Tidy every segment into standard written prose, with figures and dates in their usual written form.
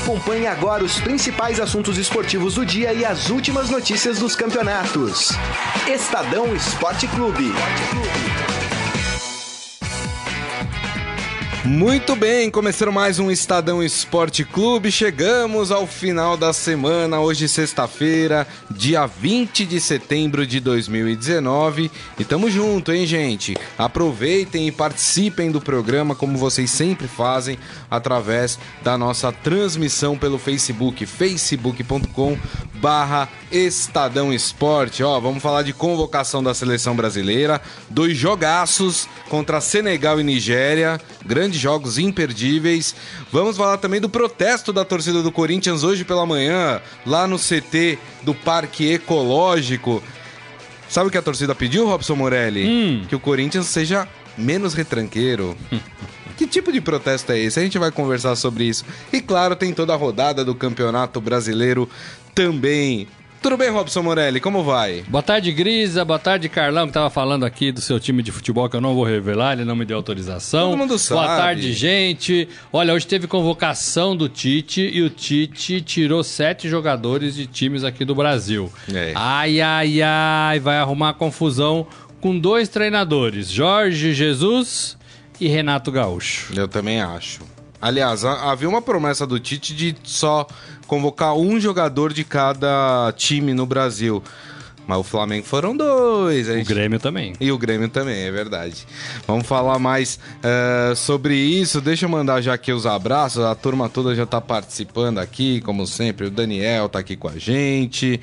Acompanhe agora os principais assuntos esportivos do dia e as últimas notícias dos campeonatos. Estadão Esporte Clube. Muito bem, começando mais um Estadão Esporte Clube, chegamos ao final da semana, hoje sexta-feira, dia 20 de setembro de 2019 e tamo junto, hein, gente? Aproveitem e participem do programa como vocês sempre fazem através da nossa transmissão pelo Facebook, facebook.com/Estadão Esporte. Ó, vamos falar de convocação da seleção brasileira, 2 jogaços contra Senegal e Nigéria, grandes jogos imperdíveis. Vamos falar também do protesto da torcida do Corinthians hoje pela manhã, lá no CT do Parque Ecológico. Sabe o que a torcida pediu, Robson Morelli? Que o Corinthians seja menos retranqueiro. Que tipo de protesto é esse? A gente vai conversar sobre isso. E claro, tem toda a rodada do Campeonato Brasileiro também. Tudo bem, Robson Morelli? Como vai? Boa tarde, Grisa. Boa tarde, Carlão, que tava falando aqui do seu time de futebol, que eu não vou revelar, ele não me deu autorização. Todo mundo sabe. Boa tarde, gente. Olha, hoje teve convocação do Tite e o Tite tirou 7 jogadores de times aqui do Brasil. Ai, vai arrumar confusão com 2 treinadores, Jorge Jesus e Renato Gaúcho. Eu também acho. Aliás, havia uma promessa do Tite de só convocar um jogador de cada time no Brasil. Mas o Flamengo foram 2. O Grêmio também. E o Grêmio também, é verdade. Vamos falar mais sobre isso. Deixa eu mandar já aqui os abraços. A turma toda já tá participando aqui, como sempre. O Daniel tá aqui com a gente.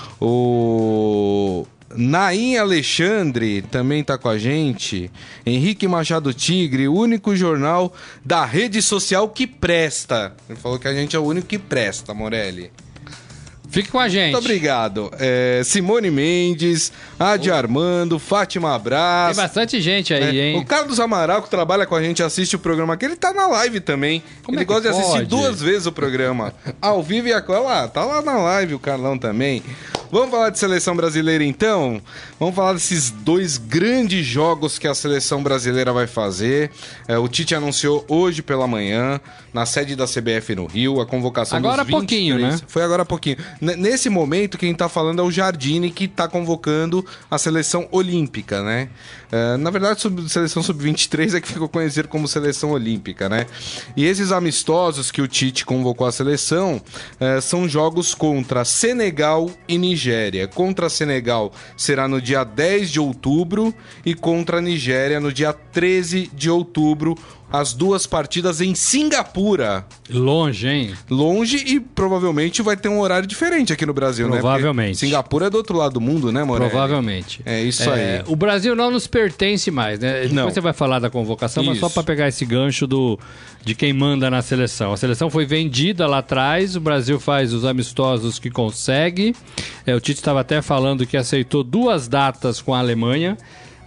O Naim Alexandre também tá com a gente. Henrique Machado Tigre, o único jornal da rede social que presta. Ele falou que a gente é o único que presta, Morelli. Fique com a gente. Muito obrigado. Simone Mendes, Adi Armando, Fátima Braz. Tem bastante gente aí, hein? O Carlos Amaral, que trabalha com a gente, assiste o programa aqui, ele tá na live também. Ele gosta de assistir 2 vezes o programa. Ao vivo e lá, tá lá na live o Carlão também. Vamos falar de seleção brasileira então? Vamos falar desses 2 grandes jogos que a seleção brasileira vai fazer. O Tite anunciou hoje pela manhã, na sede da CBF no Rio, a convocação agora dos 23. Pouquinho, né? Foi agora há pouquinho. Nesse momento, quem tá falando é o Jardine, que tá convocando a seleção olímpica, né? Na verdade, seleção sub-23 é que ficou conhecido como seleção olímpica, né? E esses amistosos que o Tite convocou a seleção são jogos contra Senegal e Nigéria. Contra Senegal será no dia 10 de outubro e contra a Nigéria no dia 13 de outubro. As 2 partidas em Singapura. Longe, hein? Longe e provavelmente vai ter um horário diferente aqui no Brasil, provavelmente. Né? Porque Singapura é do outro lado do mundo, né, Morelli? Provavelmente. É isso aí. O Brasil não nos pertence mais, né? Depois não. Você vai falar da convocação, isso. Mas só para pegar esse gancho de quem manda na seleção. A seleção foi vendida lá atrás, o Brasil faz os amistosos que consegue. O Tite estava até falando que aceitou 2 datas com a Alemanha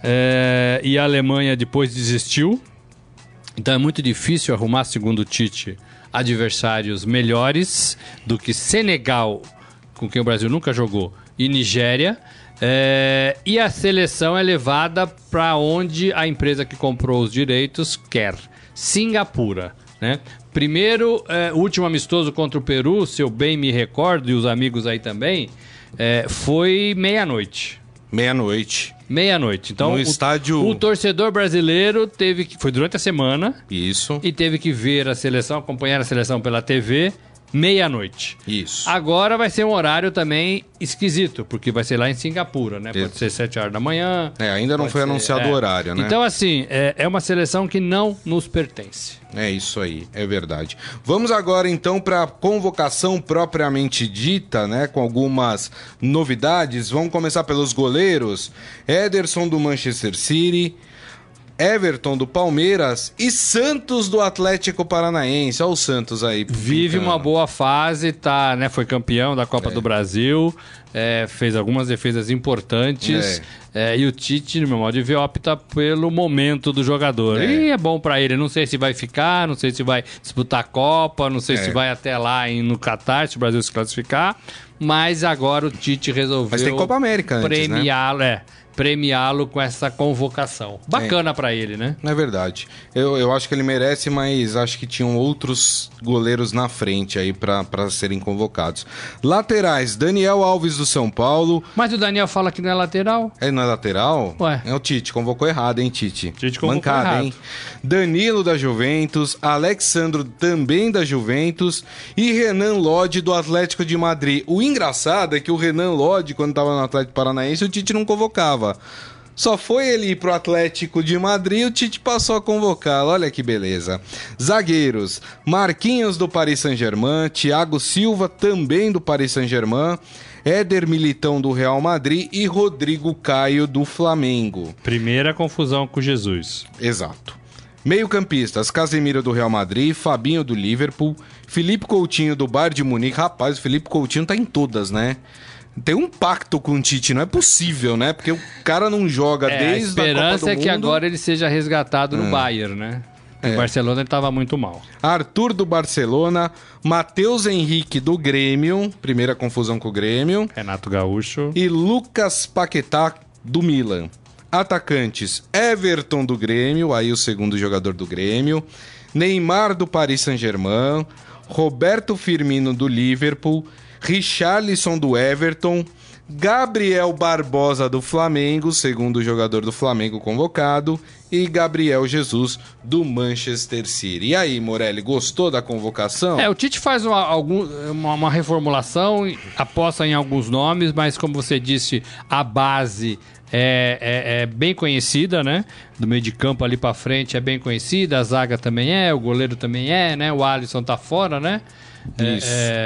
e a Alemanha depois desistiu. Então é muito difícil arrumar, segundo o Tite, adversários melhores do que Senegal, com quem o Brasil nunca jogou, e Nigéria. E a seleção é levada para onde a empresa que comprou os direitos quer, Singapura, né? Primeiro, o último amistoso contra o Peru, se eu bem me recordo, e os amigos aí também, foi meia-noite. Meia-noite. Então, no estádio... o torcedor brasileiro foi durante a semana. Isso. E teve que ver a seleção, acompanhar a seleção pela TV, meia-noite. Isso. Agora vai ser um horário também esquisito, porque vai ser lá em Singapura, né? Pode ser 7 horas da manhã. Ainda não foi anunciado o horário, né? Então, assim, é uma seleção que não nos pertence. É isso aí, é verdade. Vamos agora, então, para a convocação propriamente dita, né? Com algumas novidades. Vamos começar pelos goleiros. Ederson, do Manchester City. Everton do Palmeiras e Santos do Atlético Paranaense. Olha o Santos aí. Vive uma boa fase, tá, né? Foi campeão da Copa do Brasil, fez algumas defesas importantes. E o Tite, no meu modo de ver, opta pelo momento do jogador. E é bom pra ele. Não sei se vai ficar, não sei se vai disputar a Copa, não sei se vai até lá no Catar, se o Brasil se classificar. Mas agora o Tite resolveu Mas tem Copa América antes, premiá-lo, premiá-lo com essa convocação. Bacana pra ele, né? É verdade. Eu acho que ele merece, mas acho que tinham outros goleiros na frente aí pra serem convocados. Laterais, Daniel Alves do São Paulo. Mas o Daniel fala que não é lateral. Ele não é lateral? Ué. É o Tite, convocou errado, hein, Tite? Tite convocou Mancada, errado. hein? Danilo da Juventus, Alexandro também da Juventus e Renan Lodge do Atlético de Madrid. O engraçado é que o Renan Lodge, quando tava no Atlético Paranaense, o Tite não convocava. Só foi ele ir pro Atlético de Madrid e o Tite passou a convocá-lo. Olha que beleza. Zagueiros, Marquinhos do Paris Saint-Germain, Thiago Silva também do Paris Saint-Germain, Éder Militão do Real Madrid e Rodrigo Caio do Flamengo. Primeira confusão com Jesus. Exato. Meio-campistas, Casemiro do Real Madrid, Fabinho do Liverpool, Felipe Coutinho do Bayern de Munique. Rapaz, o Felipe Coutinho tá em todas, né? Tem um pacto com o Tite, não é possível, né? Porque o cara não joga desde a Copa do Mundo. A esperança é que agora ele seja resgatado no Bayern, né? O Barcelona estava muito mal. Arthur do Barcelona, Matheus Henrique do Grêmio, primeira confusão com o Grêmio. Renato Gaúcho. E Lucas Paquetá do Milan. Atacantes, Everton do Grêmio, aí o segundo jogador do Grêmio. Neymar do Paris Saint-Germain. Roberto Firmino do Liverpool. Richarlison do Everton, Gabriel Barbosa do Flamengo, segundo jogador do Flamengo convocado, e Gabriel Jesus do Manchester City. E aí, Morelli, gostou da convocação? O Tite faz uma reformulação, aposta em alguns nomes, mas como você disse, a base é bem conhecida, né? Do meio de campo ali pra frente é bem conhecida, a zaga também o goleiro também né? O Alisson tá fora, né? Isso.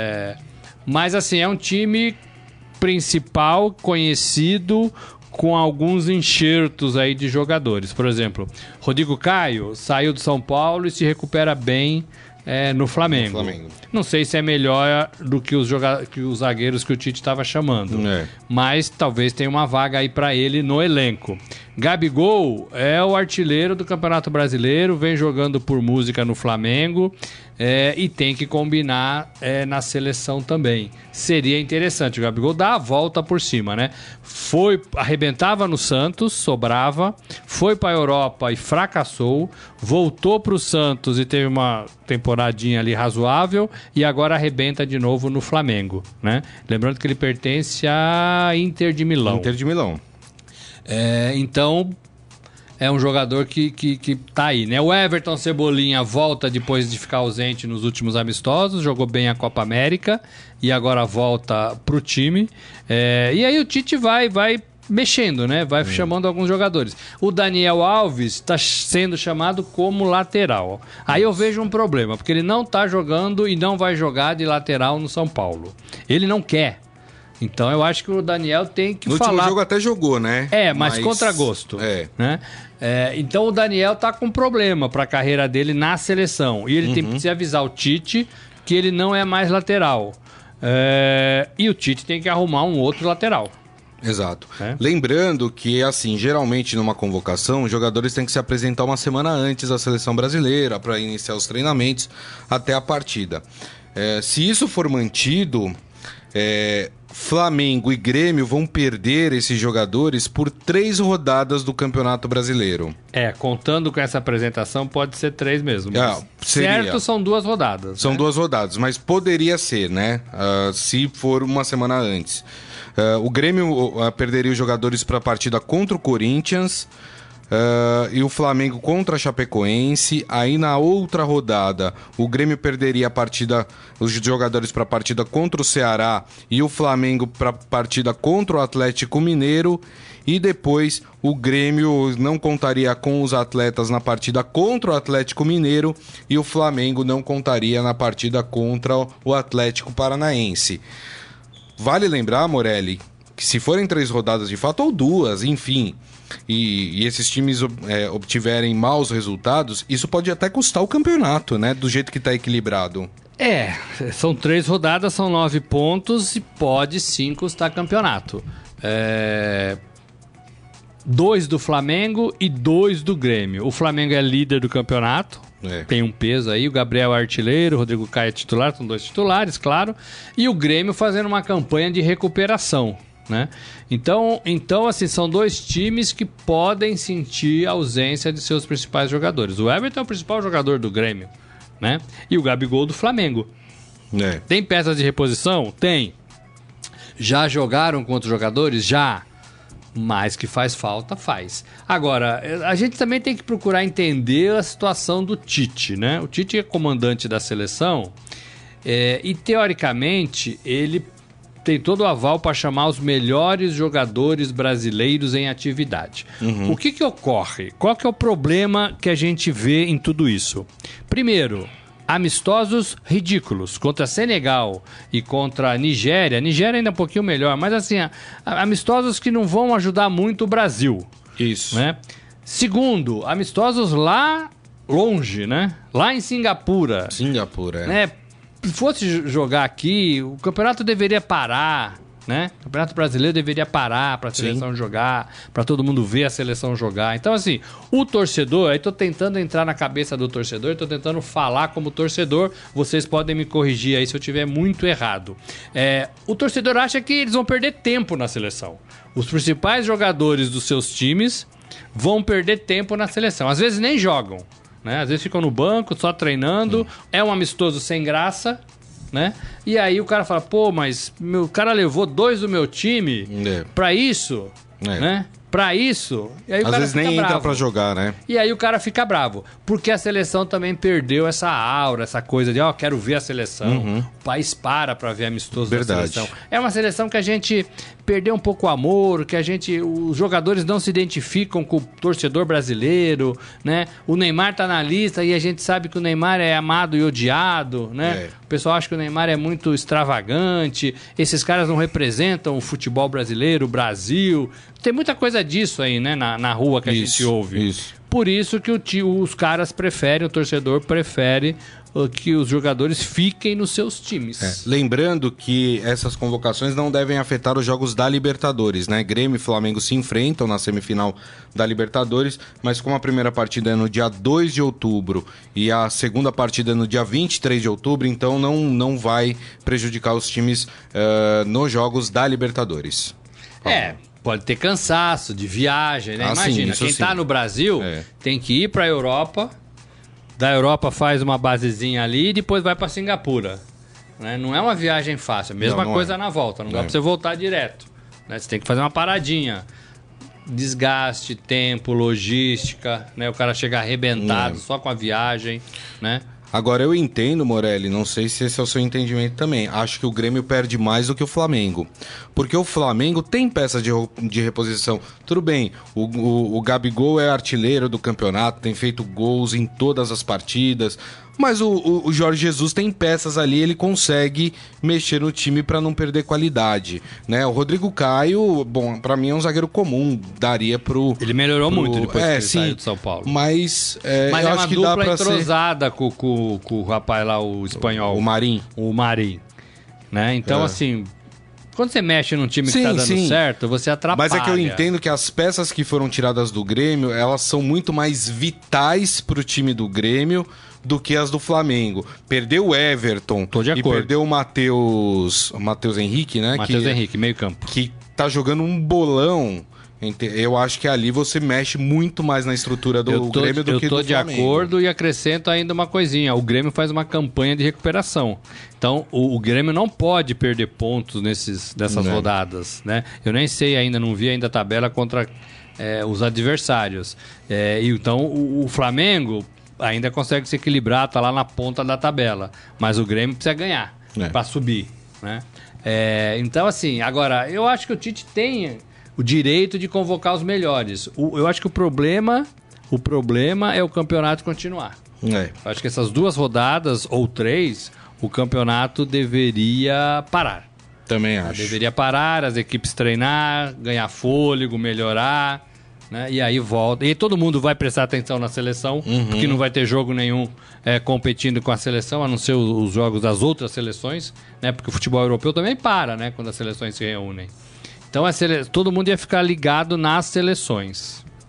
Mas assim, é um time principal, conhecido, com alguns enxertos aí de jogadores. Por exemplo, Rodrigo Caio saiu do São Paulo e se recupera bem no Flamengo. Não sei se é melhor do que os zagueiros que o Tite estava chamando. Mas talvez tenha uma vaga aí para ele no elenco. Gabigol é o artilheiro do Campeonato Brasileiro, vem jogando por música no Flamengo e tem que combinar na seleção também. Seria interessante. O Gabigol dá a volta por cima, né? Arrebentava no Santos, sobrava, foi para a Europa e fracassou, voltou para o Santos e teve uma temporadinha ali razoável e agora arrebenta de novo no Flamengo, né? Lembrando que ele pertence à Inter de Milão. Inter de Milão. Então, é um jogador que tá aí, né? O Everton Cebolinha volta depois de ficar ausente nos últimos amistosos, jogou bem a Copa América e agora volta pro time. E aí o Tite vai mexendo, né? Vai chamando alguns jogadores. O Daniel Alves está sendo chamado como lateral. Aí eu vejo um problema, porque ele não tá jogando e não vai jogar de lateral no São Paulo. Ele não quer. Então eu acho que o Daniel tem que falar... No último jogo até jogou, né? Mas contra gosto. Né? Então o Daniel tá com problema para a carreira dele na seleção. E ele tem que se avisar o Tite que ele não é mais lateral. E o Tite tem que arrumar um outro lateral. Exato. Lembrando que, assim, geralmente numa convocação, os jogadores têm que se apresentar uma semana antes da seleção brasileira para iniciar os treinamentos até a partida. Se isso for mantido... Flamengo e Grêmio vão perder esses jogadores por 3 rodadas do Campeonato Brasileiro. Contando com essa apresentação, pode ser 3 mesmo. Certo, são 2 rodadas. São 2 rodadas, mas poderia ser, né? Se for uma semana antes. O Grêmio perderia os jogadores para a partida contra o Corinthians. E o Flamengo contra a Chapecoense. Aí na outra rodada o Grêmio perderia os jogadores para a partida contra o Ceará e o Flamengo para a partida contra o Atlético Mineiro, e depois o Grêmio não contaria com os atletas na partida contra o Atlético Mineiro e o Flamengo não contaria na partida contra o Atlético Paranaense. Vale lembrar, Morelli, que se forem 3 rodadas de fato, ou 2, enfim, e esses times obtiverem maus resultados, isso pode até custar o campeonato, né? Do jeito que está equilibrado. São 3 rodadas, são 9 pontos e pode sim custar campeonato. 2 do Flamengo e 2 do Grêmio. O Flamengo é líder do campeonato. Tem um peso aí, o Gabriel é artilheiro, o Rodrigo Caio é titular, são 2 titulares, claro. E o Grêmio fazendo uma campanha de recuperação. né? Então, assim, são dois times que podem sentir a ausência de seus principais jogadores. O Everton é o principal jogador do Grêmio, né? E o Gabigol do Flamengo. Tem peças de reposição? Tem. Já jogaram com outros jogadores? Já. Mas que faz falta, faz. Agora, a gente também tem que procurar entender a situação do Tite, né? O Tite é comandante da seleção e, teoricamente, ele tem todo o aval para chamar os melhores jogadores brasileiros em atividade. O que ocorre? Qual que é o problema que a gente vê em tudo isso? Primeiro, amistosos ridículos contra Senegal e contra a Nigéria. Nigéria ainda é um pouquinho melhor, mas assim, amistosos que não vão ajudar muito o Brasil. Isso. Né? Segundo, amistosos lá longe, né? Lá em Singapura. Né? Se fosse jogar aqui, o campeonato deveria parar, né? O Campeonato Brasileiro deveria parar para a seleção jogar, para todo mundo ver a seleção jogar. Então, assim, o torcedor, aí tô tentando entrar na cabeça do torcedor, tô tentando falar como torcedor, vocês podem me corrigir aí se eu estiver muito errado. O torcedor acha que eles vão perder tempo na seleção. Os principais jogadores dos seus times vão perder tempo na seleção. Às vezes nem jogam, né? Às vezes ficam no banco, só treinando. É um amistoso sem graça, né? E aí o cara fala, pô, mas o cara levou 2 do meu time pra isso, né? Pra isso. E aí o Às cara vezes fica nem bravo. entra pra jogar, né? E aí o cara fica bravo. Porque a seleção também perdeu essa aura, essa coisa de, quero ver a seleção. O país para ver amistoso da seleção. É uma seleção que a gente perdeu um pouco o amor, que os jogadores não se identificam com o torcedor brasileiro, né? O Neymar tá na lista e a gente sabe que o Neymar é amado e odiado, né? O pessoal acha que o Neymar é muito extravagante, esses caras não representam o futebol brasileiro, o Brasil. Tem muita coisa disso aí, né, na rua que a gente ouve. Isso. Por isso que os caras preferem, o torcedor prefere que os jogadores fiquem nos seus times. Lembrando que essas convocações não devem afetar os jogos da Libertadores, né? Grêmio e Flamengo se enfrentam na semifinal da Libertadores, mas como a primeira partida é no dia 2 de outubro e a segunda partida é no dia 23 de outubro, então não vai prejudicar os times nos jogos da Libertadores. Pode ter cansaço de viagem, né? Imagina, sim, quem tá no Brasil tem que ir pra Europa, da Europa faz uma basezinha ali e depois vai pra Singapura. Né? Não é uma viagem fácil, mesma coisa na volta, não dá pra você voltar direto. Né? Você tem que fazer uma paradinha. Desgaste, tempo, logística, né? O cara chega arrebentado só com a viagem, né? Agora, eu entendo, Morelli, não sei se esse é o seu entendimento também. Acho que o Grêmio perde mais do que o Flamengo. Porque o Flamengo tem peças de reposição. Tudo bem, o Gabigol é artilheiro do campeonato, tem feito gols em todas as partidas. Mas o Jorge Jesus tem peças ali, ele consegue mexer no time para não perder qualidade, né? O Rodrigo Caio, bom, para mim é um zagueiro comum, daria pro... Ele melhorou muito depois que ele saiu de São Paulo. Mas eu é acho uma que dá dupla pra entrosada com o rapaz lá, o espanhol. O Marim. O Marim, né? Então, assim... Quando você mexe num time que tá dando certo, você atrapalha. Mas é que eu entendo que as peças que foram tiradas do Grêmio, elas são muito mais vitais pro time do Grêmio do que as do Flamengo. Perdeu o Everton e perdeu o Matheus Henrique, né? Matheus Henrique, meio campo. Que tá jogando um bolão. Eu acho que ali você mexe muito mais na estrutura do Grêmio do que do Flamengo. Eu tô de acordo e acrescento ainda uma coisinha. O Grêmio faz uma campanha de recuperação. Então, o Grêmio não pode perder pontos dessas rodadas, né? Eu nem sei ainda, não vi ainda a tabela contra os adversários. Então, o Flamengo ainda consegue se equilibrar, tá lá na ponta da tabela. Mas o Grêmio precisa ganhar para subir, né? Então, assim, agora, eu acho que o Tite tem o direito de convocar os melhores. Eu acho que o problema é o campeonato continuar. Eu acho que essas 2 rodadas, ou 3, o campeonato deveria parar. Também acho. Deveria parar, as equipes treinar, ganhar fôlego, melhorar, né? E aí volta. E todo mundo vai prestar atenção na seleção, porque não vai ter jogo nenhum competindo com a seleção, a não ser os jogos das outras seleções, né? Porque o futebol europeu também para, né? Quando as seleções se reúnem. Então todo mundo ia ficar ligado nas seleções.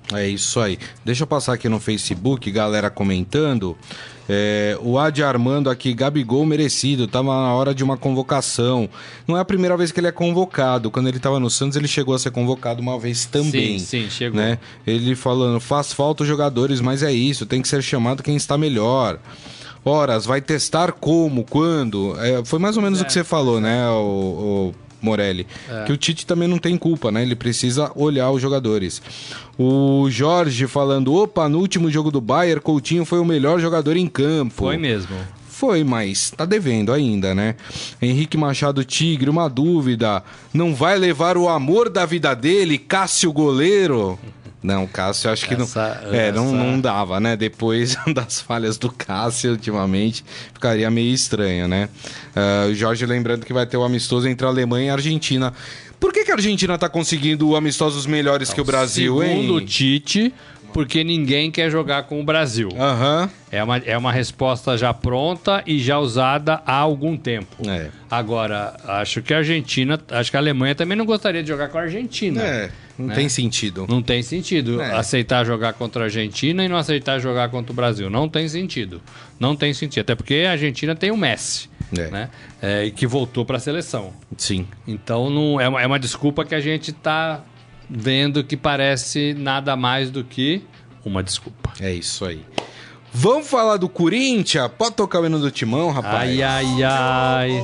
É isso aí. Deixa eu passar aqui no Facebook, galera comentando. O Adi Armando aqui, Gabigol merecido, tava na hora de uma convocação. Não é a primeira vez que ele é convocado. Quando ele tava no Santos, ele chegou a ser convocado uma vez também. Sim, chegou. Né? Ele falando, faz falta os jogadores, mas é isso, tem que ser chamado quem está melhor. Horas, vai testar como, quando? Foi mais ou menos o que você falou, né, o Morelli, que o Tite também não tem culpa, né? Ele precisa olhar os jogadores. O Jorge falando, opa, no último jogo do Bayern, Coutinho foi o melhor jogador em campo. Foi mesmo. Foi, mas tá devendo ainda, né? Henrique Machado Tigre, uma dúvida, não vai levar o amor da vida dele, Cássio goleiro? Não, Cássio, acho que não dava, né? Depois das falhas do Cássio, ultimamente, ficaria meio estranho, né? O Jorge lembrando que vai ter o amistoso entre a Alemanha e a Argentina. Por que a Argentina tá conseguindo amistosos melhores que o Brasil, hein? Segundo o Tite, porque ninguém quer jogar com o Brasil. Aham. É uma resposta já pronta e já usada há algum tempo. Agora, acho que a Alemanha também não gostaria de jogar com a Argentina. Não tem sentido. Não tem sentido aceitar jogar contra a Argentina e não aceitar jogar contra o Brasil. Não tem sentido. Não tem sentido. Até porque a Argentina tem o Messi, né? Que voltou para a seleção. Sim. Então é uma desculpa que a gente está vendo que parece nada mais do que uma desculpa. É isso aí. Vamos falar do Corinthians? Pode tocar o hino do Timão, rapaz? Ai.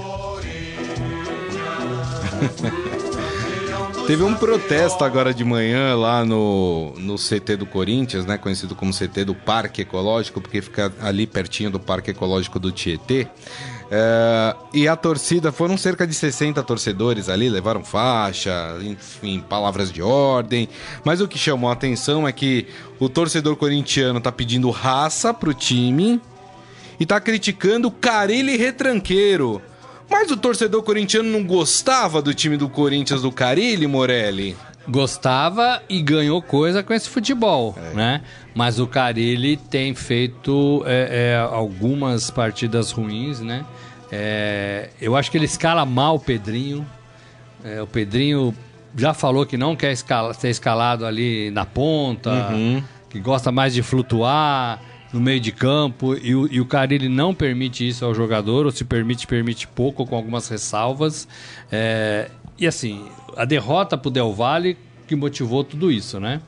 Teve um protesto agora de manhã lá no CT do Corinthians, né? Conhecido como CT do Parque Ecológico, porque fica ali pertinho do Parque Ecológico do Tietê. E a torcida, foram cerca de 60 torcedores ali, levaram faixa, enfim, palavras de ordem. Mas o que chamou a atenção é que o torcedor corintiano tá pedindo raça pro time e tá criticando o Carille retranqueiro. Mas o torcedor corintiano não gostava do time do Corinthians do Carille, Morelli? Gostava e ganhou coisa com esse futebol, né? Mas o Carille tem feito algumas partidas ruins, né? Eu acho que ele escala mal o Pedrinho. O Pedrinho já falou que não quer ser escalado ali na ponta, que gosta mais de flutuar no meio de campo, e o Carille não permite isso ao jogador, ou se permite pouco, com algumas ressalvas. E assim, a derrota pro Del Valle que motivou tudo isso, né?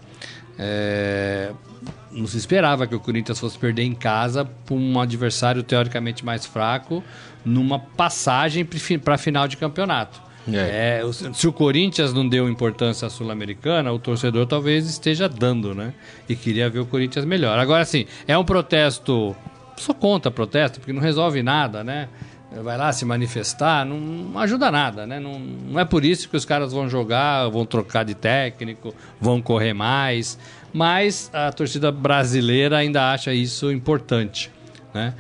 Não se esperava que o Corinthians fosse perder em casa para um adversário teoricamente mais fraco, numa passagem para a final de campeonato. Se o Corinthians não deu importância à Sul-Americana, o torcedor talvez esteja dando, né? E queria ver o Corinthians melhor. Agora, assim, é um protesto... Sou contra protesto, porque não resolve nada, né? Vai lá se manifestar, não ajuda nada, né? Não é por isso que os caras vão jogar, vão trocar de técnico, vão correr mais. Mas a torcida brasileira ainda acha isso importante, né?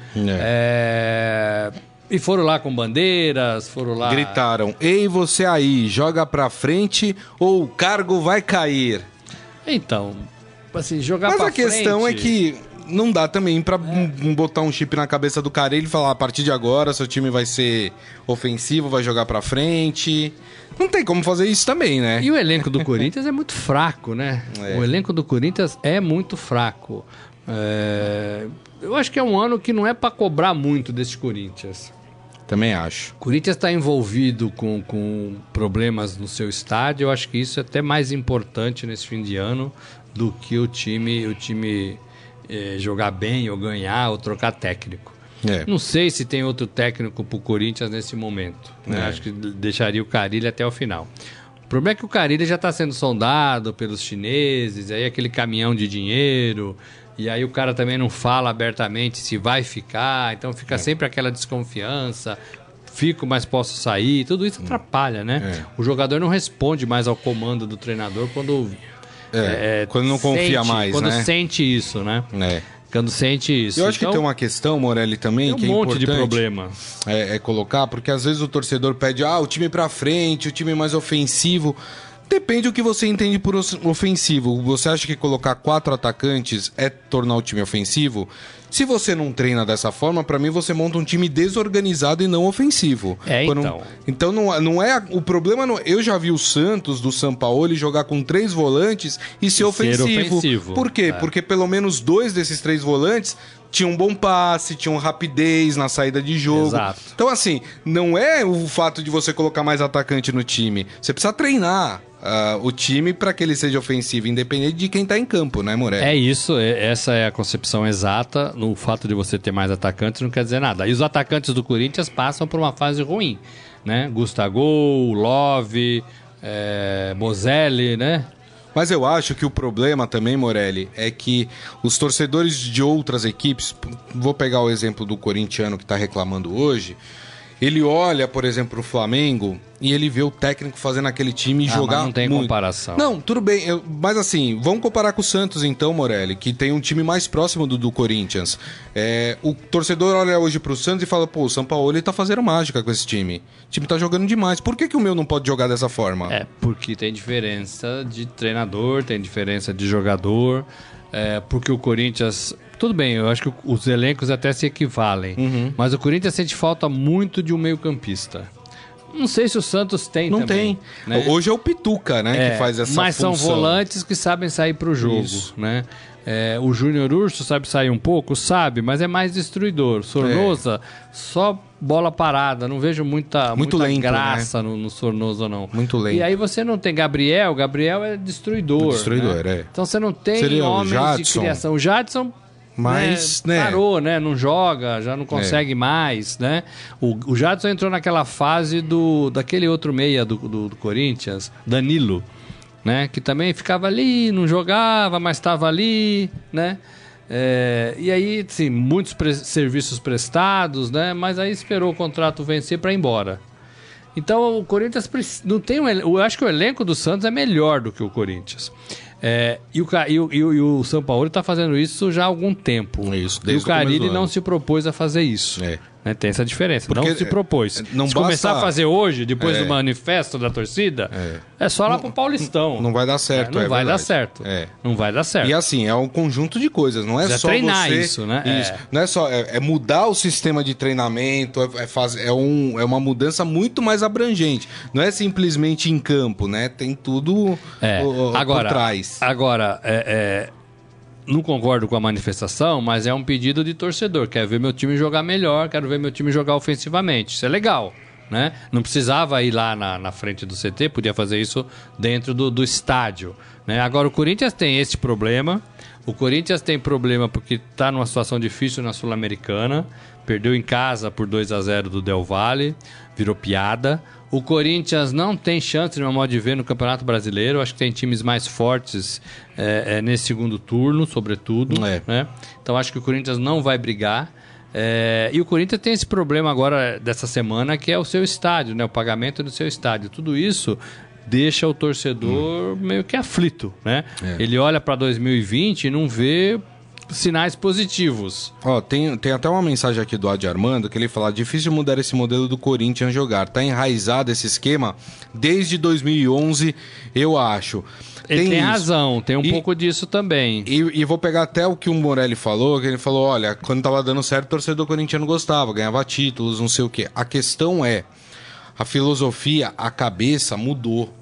E foram lá com bandeiras, foram lá... Gritaram, ei, você aí, joga pra frente ou o cargo vai cair. Então, assim, jogar pra frente... Mas a questão é que não dá também pra botar um chip na cabeça do cara e ele falar, a partir de agora seu time vai ser ofensivo, vai jogar pra frente... Não tem como fazer isso também, né? E o elenco do Corinthians é muito fraco, né? O elenco do Corinthians é muito fraco. Eu acho que é um ano que não é pra cobrar muito desse Corinthians. Também acho. O Corinthians está envolvido com problemas no seu estádio. Eu acho que isso é até mais importante nesse fim de ano do que o time jogar bem ou ganhar ou trocar técnico. Não sei se tem outro técnico pro Corinthians nesse momento, né? Acho que deixaria o Carille até o final. O problema é que o Carille já está sendo sondado pelos chineses, aí aquele caminhão de dinheiro, e aí o cara também não fala abertamente se vai ficar, então fica sempre aquela desconfiança, fico, mas posso sair, tudo isso atrapalha, né? O jogador não responde mais ao comando do treinador quando não confia mais, quando né? Sente isso, né? Quando sente isso. Eu acho que tem uma questão, Morelli, também, que é importante. Tem um monte de problema. Colocar, porque às vezes o torcedor pede, o time pra frente, o time mais ofensivo. Depende do que você entende por ofensivo. Você acha que colocar 4 atacantes é tornar o time ofensivo? Se você não treina dessa forma, pra mim você monta um time desorganizado e não ofensivo. Então não é o problema. Eu já vi o Santos do Sampaoli jogar com 3 volantes e ser ofensivo. Por quê? Porque pelo menos 2 desses 3 volantes tinham um bom passe, tinham rapidez na saída de jogo. Exato. Então, assim, não é o fato de você colocar mais atacante no time. Você precisa treinar o time para que ele seja ofensivo, independente de quem tá em campo, né, Morelli? É isso, essa é a concepção exata. No fato de você ter mais atacantes não quer dizer nada. E os atacantes do Corinthians passam por uma fase ruim, né? Gustavo, Love, Bozelli, né? Mas eu acho que o problema também, Morelli, é que os torcedores de outras equipes, vou pegar o exemplo do corintiano que está reclamando hoje, ele olha, por exemplo, o Flamengo e ele vê o técnico fazendo aquele time jogar mas não tem muito. comparação. Não, tudo bem, mas assim, vamos comparar com o Santos então, Morelli, que tem um time mais próximo do Corinthians. O torcedor olha hoje pro Santos e fala, pô, o Sampaoli tá fazendo mágica com esse time. O time tá jogando demais. Por que o meu não pode jogar dessa forma? Porque tem diferença de treinador, tem diferença de jogador, porque o Corinthians... Tudo bem, eu acho que os elencos até se equivalem, mas o Corinthians sente falta muito de um meio-campista. Não sei se o Santos tem não também. Não tem. Né? Hoje é o Pituca, né, que faz essa mas função. Mas são volantes que sabem sair pro jogo, né? O Júnior Urso sabe sair um pouco? Sabe, mas é mais destruidor. Sornosa, só bola parada. Não vejo muita lento, graça, né? no Sornosa, não. Muito lento. E aí você não tem Gabriel é destruidor. Destruidor, né? Então você não tem homens de criação. O Jadson... Mas, parou, né? Não joga, já não consegue mais, né? O Jadson entrou naquela fase daquele outro meia do Corinthians, Danilo, né? Que também ficava ali, não jogava, mas estava ali, né? E aí, sim, muitos serviços prestados, né? Mas aí esperou o contrato vencer para ir embora. Então o Corinthians não tem eu acho que o elenco do Santos é melhor do que o Corinthians. E o Sampaoli está fazendo isso já há algum tempo. Isso, e o Carille não se propôs a fazer isso. Né? Tem essa diferença. Porque não se propôs. Se começar a fazer hoje, depois do manifesto da torcida, é só lá pro Paulistão. Não vai dar certo. Não vai dar certo. Não vai dar certo. E assim, é um conjunto de coisas. Não é só treinar você... isso, né? Isso. Não é só... É mudar o sistema de treinamento, é uma mudança muito mais abrangente. Não é simplesmente em campo, né? Tem tudo por trás. Agora, não concordo com a manifestação, mas é um pedido de torcedor. Quero ver meu time jogar melhor, quero ver meu time jogar ofensivamente. Isso é legal, né? Não precisava ir lá na frente do CT, podia fazer isso dentro do estádio, né? Agora, o Corinthians tem esse problema. O Corinthians tem problema porque está numa situação difícil na Sul-Americana. Perdeu em casa por 2-0 do Del Valle, virou piada. O Corinthians não tem chance, no meu modo de ver, no Campeonato Brasileiro. Acho que tem times mais fortes nesse segundo turno, sobretudo. Né? Então acho que o Corinthians não vai brigar. E o Corinthians tem esse problema agora, dessa semana, que é o seu estádio, né? O pagamento do seu estádio. Tudo isso deixa o torcedor meio que aflito, né? Ele olha para 2020 e não vê sinais positivos. Tem até uma mensagem aqui do Adi Armando que ele fala: difícil mudar esse modelo do Corinthians jogar. Tá enraizado esse esquema desde 2011, eu acho. Ele tem razão, tem um pouco disso também. E vou pegar até o que o Morelli falou, que ele falou, olha, quando tava dando certo, o torcedor corintiano gostava, ganhava títulos, não sei o quê. A questão é, a filosofia, a cabeça mudou.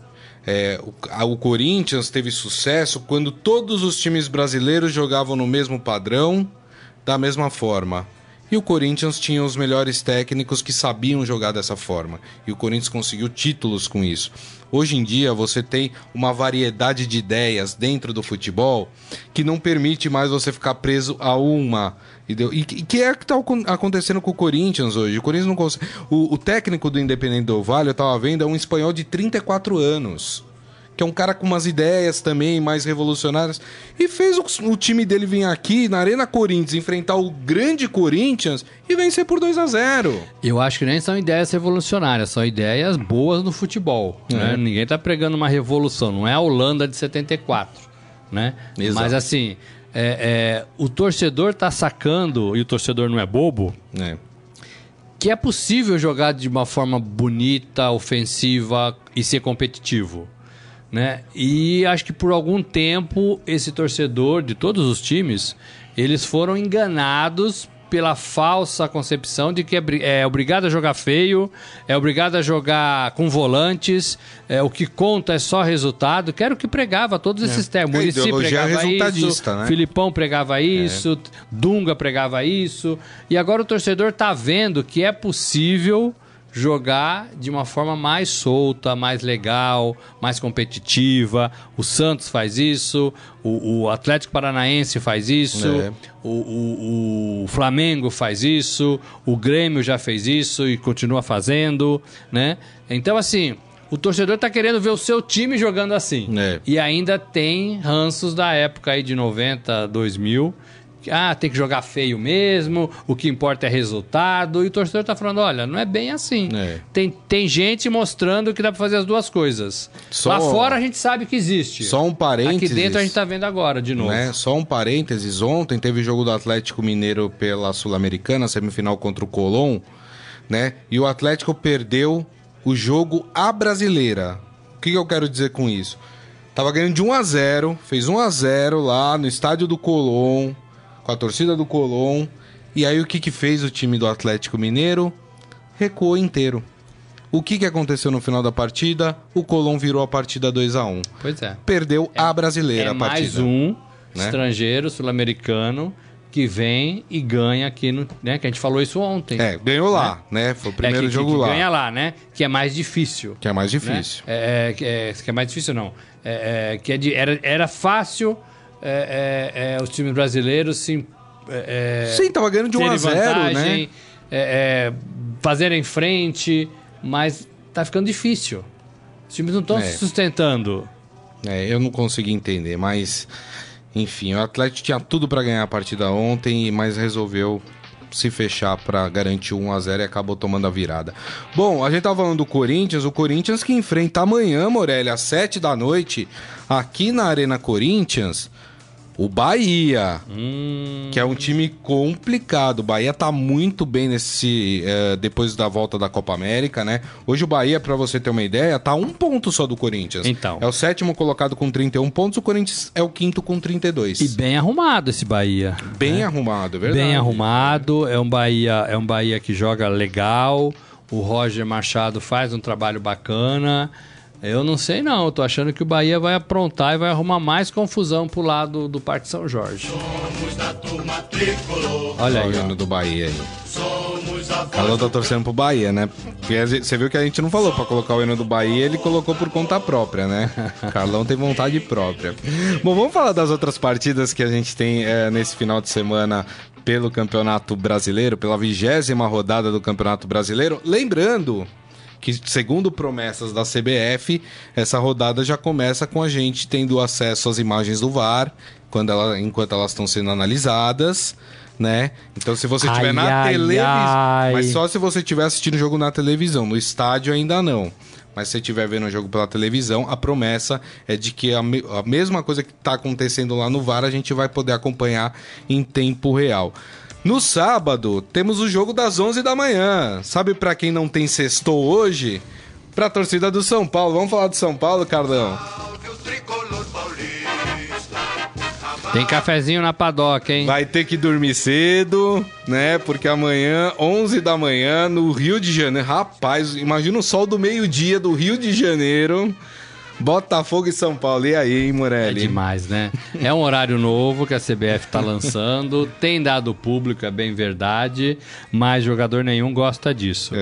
O Corinthians teve sucesso quando todos os times brasileiros jogavam no mesmo padrão, da mesma forma. E o Corinthians tinha os melhores técnicos que sabiam jogar dessa forma. E o Corinthians conseguiu títulos com isso. Hoje em dia você tem uma variedade de ideias dentro do futebol que não permite mais você ficar preso a uma. E que é o que está acontecendo com o Corinthians hoje. O Corinthians não consegue. O técnico do Independente Del Valle, eu estava vendo, é um espanhol de 34 anos. Que é um cara com umas ideias também mais revolucionárias. E fez o time dele vir aqui na Arena Corinthians enfrentar o grande Corinthians e vencer por 2-0. Eu acho que nem são ideias revolucionárias, são ideias boas no futebol. Né? Ninguém tá pregando uma revolução, não é a Holanda de 74. Né? Exato. Mas assim, o torcedor tá sacando, e o torcedor não é bobo, que é possível jogar de uma forma bonita, ofensiva e ser competitivo. né? E acho que por algum tempo esse torcedor de todos os times, eles foram enganados pela falsa concepção de que é obrigado a jogar feio, é obrigado a jogar com volantes, o que conta é só resultado, que era o que pregava todos esses termos. Muricy pregava isso, né? Filipão pregava isso, Dunga pregava isso, e agora o torcedor está vendo que é possível jogar de uma forma mais solta, mais legal, mais competitiva. O Santos faz isso, o Atlético Paranaense faz isso, o Flamengo faz isso, o Grêmio já fez isso e continua fazendo, né? Então, assim, o torcedor tá querendo ver o seu time jogando assim. E ainda tem ranços da época aí de 90, 2000... tem que jogar feio mesmo, o que importa é resultado. E o torcedor tá falando, olha, não é bem assim. Tem gente mostrando que dá pra fazer as duas coisas. Lá fora a gente sabe que existe. Só um parênteses. Aqui dentro a gente tá vendo agora, de novo. Só um parênteses. Ontem teve jogo do Atlético Mineiro pela Sul-Americana, semifinal contra o Colón, né? E o Atlético perdeu o jogo à brasileira. O que eu quero dizer com isso? Tava ganhando de 1-0, fez 1-0 lá no estádio do Colón, com a torcida do Colón. E aí o que fez o time do Atlético Mineiro? Recuou inteiro. O que aconteceu no final da partida? O Colón virou a partida 2-1. Pois é. Perdeu a brasileira a partida. Mais um estrangeiro, sul-americano, que vem e ganha aqui, né? Que a gente falou isso ontem. Ganhou lá, né? Foi o primeiro jogo lá. Ganha lá, né? Que é mais difícil. Que é mais difícil. Né? Que é mais difícil, não. Era fácil... os times brasileiros sim, tava ganhando de 1-0, né? Fazerem frente, mas tá ficando difícil. Os times não estão se sustentando. Eu não consegui entender, mas enfim, o Atlético tinha tudo para ganhar a partida ontem, mas resolveu se fechar para garantir 1-0 e acabou tomando a virada. Bom, a gente tava falando do Corinthians, o Corinthians que enfrenta amanhã, Morelli, às 7h, aqui na Arena Corinthians, o Bahia, que é um time complicado. O Bahia tá muito bem depois da volta da Copa América, né? Hoje o Bahia, pra você ter uma ideia, tá 1 ponto só do Corinthians. Então. É o 7º colocado com 31 pontos, o Corinthians é o 5º com 32. E bem arrumado esse Bahia. Bem arrumado, é verdade. Bem arrumado, é um Bahia que joga legal, o Roger Machado faz um trabalho bacana. Eu não sei não, eu tô achando que o Bahia vai aprontar e vai arrumar mais confusão pro lado do Parque São Jorge. Olha aí, o hino do Bahia aí. Carlão tá torcendo pro Bahia, né? Porque você viu que a gente não falou pra colocar o hino do Bahia, ele colocou por conta própria, né? Carlão tem vontade própria. Bom, vamos falar das outras partidas que a gente tem nesse final de semana pelo Campeonato Brasileiro, pela 20ª rodada do Campeonato Brasileiro. Lembrando que, segundo promessas da CBF, essa rodada já começa com a gente tendo acesso às imagens do VAR enquanto elas estão sendo analisadas, né? Então, se você estiver na televisão... Mas só se você estiver assistindo o jogo na televisão. No estádio ainda não. Mas se você estiver vendo o jogo pela televisão, a promessa é de que a mesma coisa que está acontecendo lá no VAR, a gente vai poder acompanhar em tempo real. No sábado, temos o jogo das 11h. Sabe pra quem não tem sextou hoje? Pra torcida do São Paulo. Vamos falar do São Paulo, Carlão? Tem cafezinho na padoca, hein? Vai ter que dormir cedo, né? Porque amanhã, 11h, no Rio de Janeiro. Rapaz, imagina o sol do meio-dia do Rio de Janeiro. Botafogo e São Paulo. E aí, hein, Morelli? É demais, né? É um horário novo que a CBF tá lançando. Tem dado público, é bem verdade. Mas jogador nenhum gosta disso.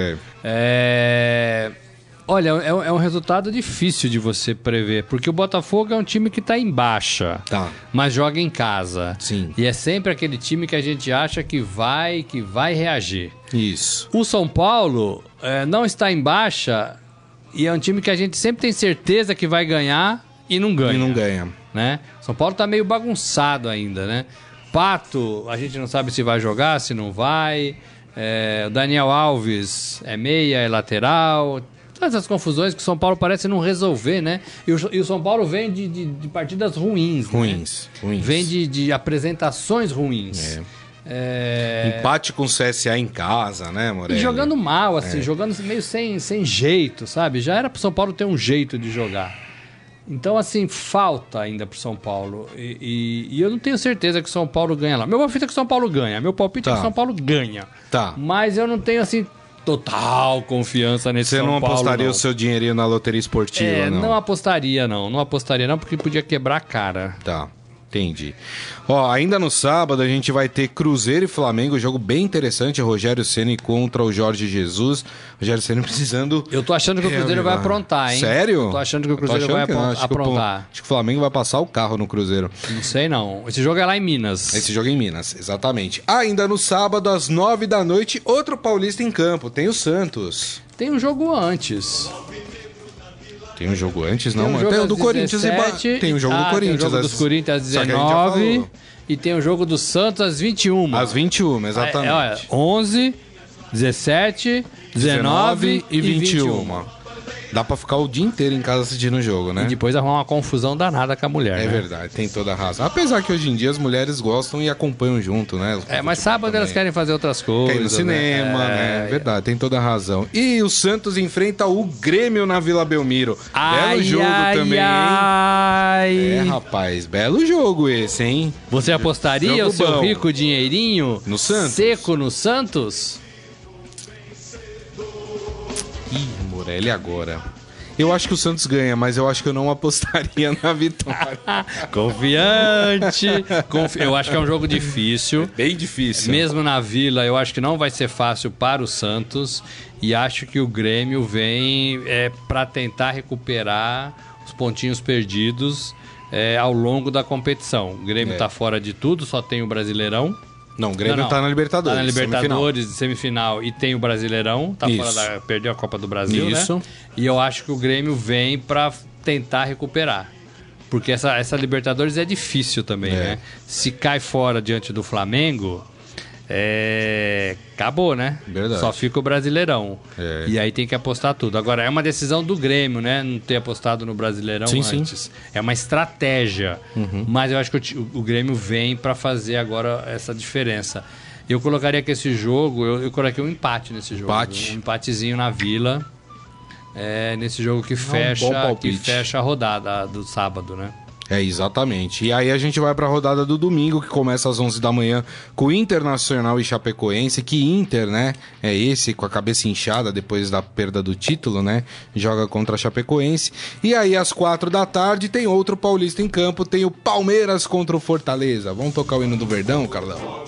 Olha, é um resultado difícil de você prever. Porque o Botafogo é um time que tá em baixa. Mas joga em casa. Sim. E é sempre aquele time que a gente acha que vai reagir. Isso. O São Paulo não está em baixa... E é um time que a gente sempre tem certeza que vai ganhar e não ganha. Né? São Paulo tá meio bagunçado ainda, né? Pato, a gente não sabe se vai jogar, se não vai. O Daniel Alves é meia, é lateral. Todas essas confusões que o São Paulo parece não resolver, né? E o São Paulo vem de partidas ruins. Ruins. Vem de apresentações ruins. Empate com o CSA em casa, né, Morelli? E jogando mal, assim, jogando meio sem jeito, sabe? Já era pro São Paulo ter um jeito de jogar. Então, assim, falta ainda pro São Paulo. E eu não tenho certeza que o São Paulo ganha lá. Meu palpite é que o São Paulo ganha. Meu palpite é que o São Paulo ganha. Tá. Mas eu não tenho, assim, total confiança nesse São Paulo. Você não apostaria não. o seu dinheirinho na loteria esportiva, não? Não apostaria, não. Não apostaria, não, porque podia quebrar a cara. Tá. Entendi. Ó, ainda no sábado a gente vai ter Cruzeiro e Flamengo, jogo bem interessante, Rogério Ceni contra o Jorge Jesus. Rogério Ceni precisando... Eu tô achando que o Cruzeiro vai aprontar, hein? Sério? Eu tô achando que o Cruzeiro vai aprontar. Acho que o Flamengo vai passar o carro no Cruzeiro. Não sei não. Esse jogo é lá em Minas. Esse jogo é em Minas, exatamente. Ainda no sábado, às 9 da noite, outro paulista em campo, tem o Santos. Tem um jogo antes. Tem um jogo antes, não? Tem o do Corinthians e Tem o jogo do Corinthians. Tem o jogo dos Corinthians às 19 e tem o jogo do Santos às 21. Às 21, exatamente. Olha, 11, 17, 19 e 21. Dá pra ficar o dia inteiro em casa assistindo o jogo, né? E depois arrumar uma confusão danada com a mulher, É verdade, tem toda a razão. Apesar que hoje em dia as mulheres gostam e acompanham junto, né? Mas sábado elas querem fazer outras coisas. Querem ir no cinema, né? Verdade, tem toda a razão. E o Santos enfrenta o Grêmio na Vila Belmiro. Belo jogo também, hein? Rapaz, belo jogo esse, hein? Você apostaria jogo o seu bom. rico dinheirinho No Santos? seco no Santos? Ih, Morelli agora. Eu acho que o Santos ganha, mas eu acho que eu não apostaria na vitória. Confiante. Eu acho que é um jogo difícil. Bem difícil. Mesmo na Vila, eu acho que não vai ser fácil para o Santos. E acho que o Grêmio vem para tentar recuperar os pontinhos perdidos ao longo da competição. O Grêmio está fora de tudo, só tem o Brasileirão. Não, o Grêmio tá na Libertadores. Tá na Libertadores, semifinal, e tem o Brasileirão. Tá fora perdeu a Copa do Brasil, né? E eu acho que o Grêmio vem pra tentar recuperar. Porque essa Libertadores é difícil também, né? Se cai fora diante do Flamengo, acabou, né? Verdade. Só fica o Brasileirão. E aí tem que apostar tudo. Agora, é uma decisão do Grêmio, né? Não ter apostado no Brasileirão antes. Sim. É uma estratégia. Mas eu acho que o Grêmio vem para fazer agora essa diferença. Eu colocaria que esse jogo... Eu coloquei um empate nesse jogo. Um empatezinho na Vila. Nesse jogo que fecha a rodada do sábado, né? Exatamente. E aí a gente vai para a rodada do domingo, que começa às 11 da manhã com o Internacional e Chapecoense. Que Inter, né? É esse, com a cabeça inchada depois da perda do título, né? Joga contra a Chapecoense. E aí às 4 da tarde tem outro paulista em campo, tem o Palmeiras contra o Fortaleza. Vamos tocar o hino do Verdão, Carlão?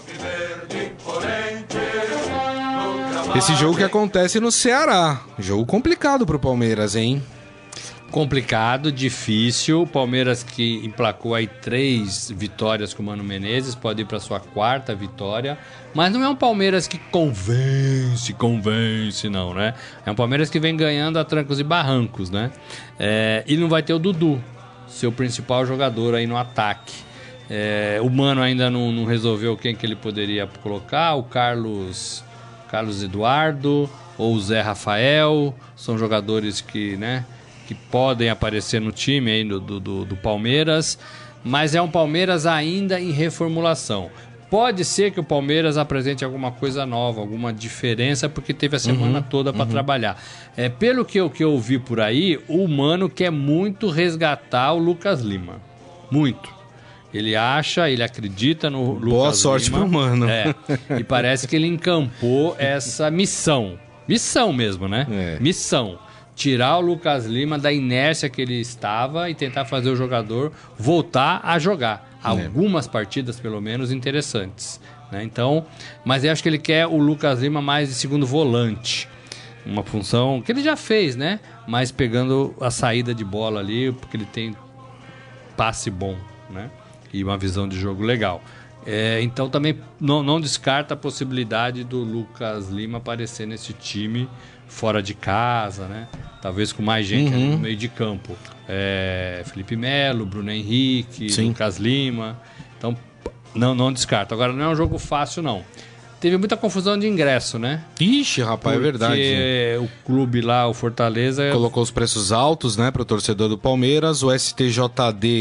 Esse jogo que acontece no Ceará. Jogo complicado pro Palmeiras, hein? Complicado, difícil. O Palmeiras que emplacou aí 3 vitórias com o Mano Menezes, pode ir para sua 4ª vitória, mas não é um Palmeiras que convence não, né? É um Palmeiras que vem ganhando a trancos e barrancos, né? E não vai ter o Dudu, seu principal jogador aí no ataque. O Mano ainda não resolveu quem que ele poderia colocar, o Carlos Eduardo ou o Zé Rafael, são jogadores que, né, que podem aparecer no time aí do Palmeiras, mas é um Palmeiras ainda em reformulação. Pode ser que o Palmeiras apresente alguma coisa nova, alguma diferença, porque teve a semana toda para trabalhar. Pelo que eu vi por aí, o Mano quer muito resgatar o Lucas Lima. Muito. Ele acredita no Lucas Lima. Boa sorte pro Mano. E parece que ele encampou essa missão. Missão mesmo, né? Missão. Tirar o Lucas Lima da inércia que ele estava e tentar fazer o jogador voltar a jogar. Algumas partidas, pelo menos, interessantes. Né? Então, mas eu acho que ele quer o Lucas Lima mais de segundo volante. Uma função que ele já fez, né? Mas pegando a saída de bola ali, porque ele tem passe bom, né? E uma visão de jogo legal. Então também não descarta a possibilidade do Lucas Lima aparecer nesse time fora de casa, né? Talvez com mais gente ali no meio de campo. Felipe Melo, Bruno Henrique, Lucas Lima. Então não descarta. Agora não é um jogo fácil, não. Teve muita confusão de ingresso, né? Ixi, rapaz, é verdade. Porque o clube lá, o Fortaleza... colocou os preços altos, né, para o torcedor do Palmeiras. O STJD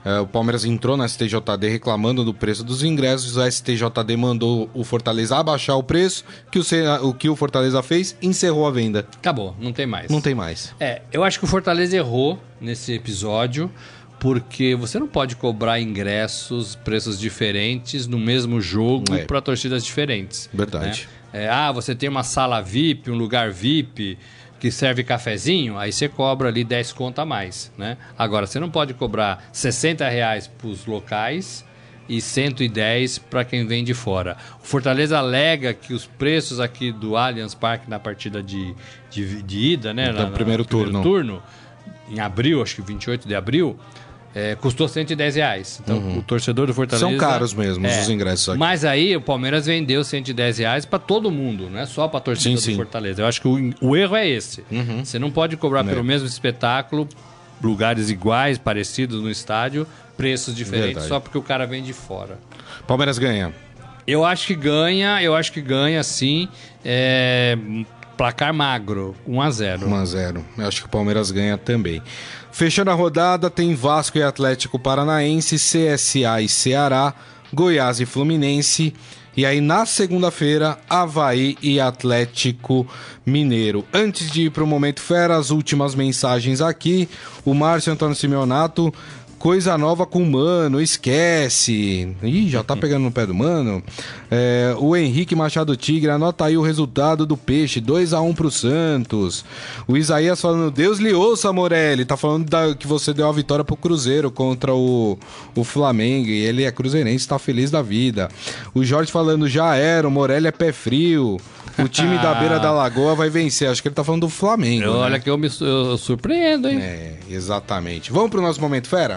O Palmeiras entrou na STJD reclamando do preço dos ingressos, a STJD mandou o Fortaleza abaixar o preço, o que o Fortaleza fez, encerrou a venda. Acabou, não tem mais. Não tem mais. Eu acho que o Fortaleza errou nesse episódio, porque você não pode cobrar ingressos, preços diferentes no mesmo jogo para torcidas diferentes. Verdade. Né? Você tem uma sala VIP, um lugar VIP que serve cafezinho, aí você cobra ali 10 conto a mais, né? Agora, você não pode cobrar R$60 para os locais e 110 para quem vem de fora. O Fortaleza alega que os preços aqui do Allianz Parque na partida de ida, né? No primeiro turno, em abril, acho que 28 de abril, custou R$110. Então, o torcedor do Fortaleza... São caros mesmo os ingressos aqui. Mas aí, o Palmeiras vendeu R$110 para todo mundo, não é só para a torcida do Fortaleza. Eu acho que o erro é esse. Você não pode cobrar pelo mesmo espetáculo, lugares iguais, parecidos no estádio, preços diferentes, só porque o cara vem de fora. Palmeiras ganha. Eu acho que ganha, sim. Placar magro, 1-0. 1-0. Eu acho que o Palmeiras ganha também. Fechando a rodada, tem Vasco e Atlético Paranaense, CSA e Ceará, Goiás e Fluminense. E aí, na segunda-feira, Avaí e Atlético Mineiro. Antes de ir para o Momento Fera, as últimas mensagens aqui. O Márcio Antônio Simeonato... Coisa nova com o Mano, esquece. Ih, já tá pegando no pé do Mano. O Henrique Machado Tigre, anota aí o resultado do Peixe, 2-1 pro Santos. O Isaías falando, Deus lhe ouça, Morelli. Tá falando que você deu a vitória pro Cruzeiro contra o Flamengo. E ele é cruzeirense, tá feliz da vida. O Jorge falando, já era, o Morelli é pé frio. O time da beira da lagoa vai vencer. Acho que ele tá falando do Flamengo. Olha, né? Que eu surpreendo, hein? Exatamente. Vamos pro nosso Momento Fera?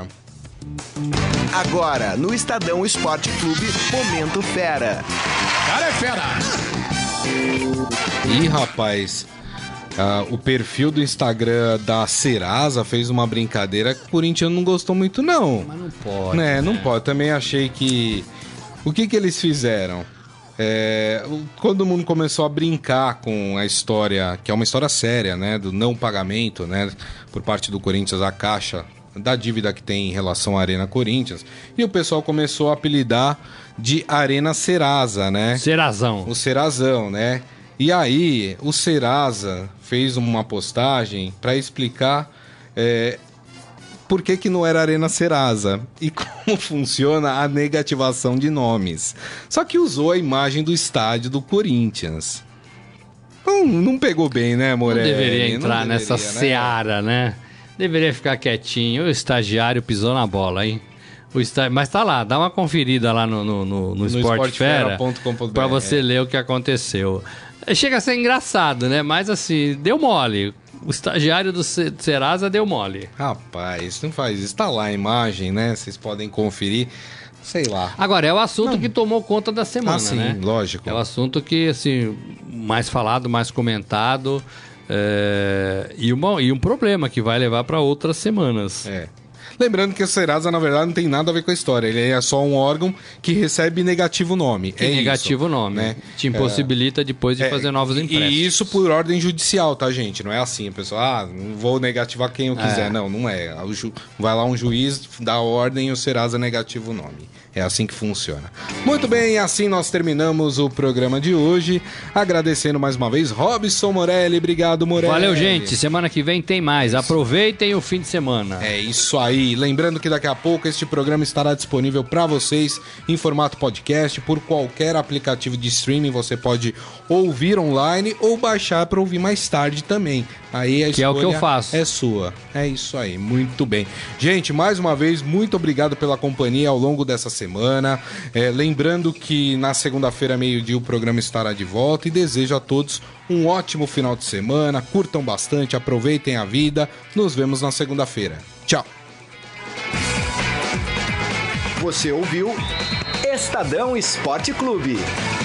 Agora, no Estadão Esporte Clube, Momento Fera. Cara é fera! Ih, rapaz, o perfil do Instagram da Serasa fez uma brincadeira que o Corinthians não gostou muito, não. Mas não pode. Não pode. Também achei que... O que eles fizeram? Quando o mundo começou a brincar com a história, que é uma história séria, né? Do não pagamento, né? Por parte do Corinthians, a Caixa... da dívida que tem em relação à Arena Corinthians, e o pessoal começou a apelidar de Arena Serasa, né? Serazão. O Serazão, né? E aí, o Serasa fez uma postagem para explicar por que não era Arena Serasa e como funciona a negativação de nomes. Só que usou a imagem do estádio do Corinthians. Não pegou bem, né, Morelli? Não deveria entrar nessa seara, né? Deveria ficar quietinho. O estagiário pisou na bola, hein? Mas tá lá, dá uma conferida lá no Sportfera pra você ler o que aconteceu. Chega a ser engraçado, né? Mas assim, deu mole. O estagiário do Serasa deu mole. Rapaz, não faz isso. Tá lá a imagem, né? Vocês podem conferir. Sei lá. Agora, é o assunto que tomou conta da semana, sim, né? Lógico. É o assunto que, assim, mais falado, mais comentado... E um problema que vai levar para outras semanas. Lembrando que o Serasa, na verdade, não tem nada a ver com a história. Ele é só um órgão que recebe negativo nome. Negativo nome, né? Te impossibilita depois de fazer novos empréstimos. E isso por ordem judicial, tá, gente? Não é assim, a pessoa, não vou negativar quem eu quiser. Não é. Vai lá um juiz, dá ordem e o Serasa negativa o nome. É assim que funciona. Muito bem, assim nós terminamos o programa de hoje. Agradecendo mais uma vez Robson Morelli. Obrigado, Morelli. Valeu, gente. Semana que vem tem mais. Aproveitem o fim de semana. É isso aí. Lembrando que daqui a pouco este programa estará disponível para vocês em formato podcast por qualquer aplicativo de streaming. Você pode ouvir online ou baixar para ouvir mais tarde também. Aí a escolha é o que eu faço. É sua. É isso aí. Muito bem. Gente, mais uma vez, muito obrigado pela companhia ao longo dessa semana. Lembrando que na segunda-feira, meio-dia, o programa estará de volta e desejo a todos um ótimo final de semana. Curtam bastante, aproveitem a vida. Nos vemos na segunda-feira. Tchau. Você ouviu Estadão Esporte Clube.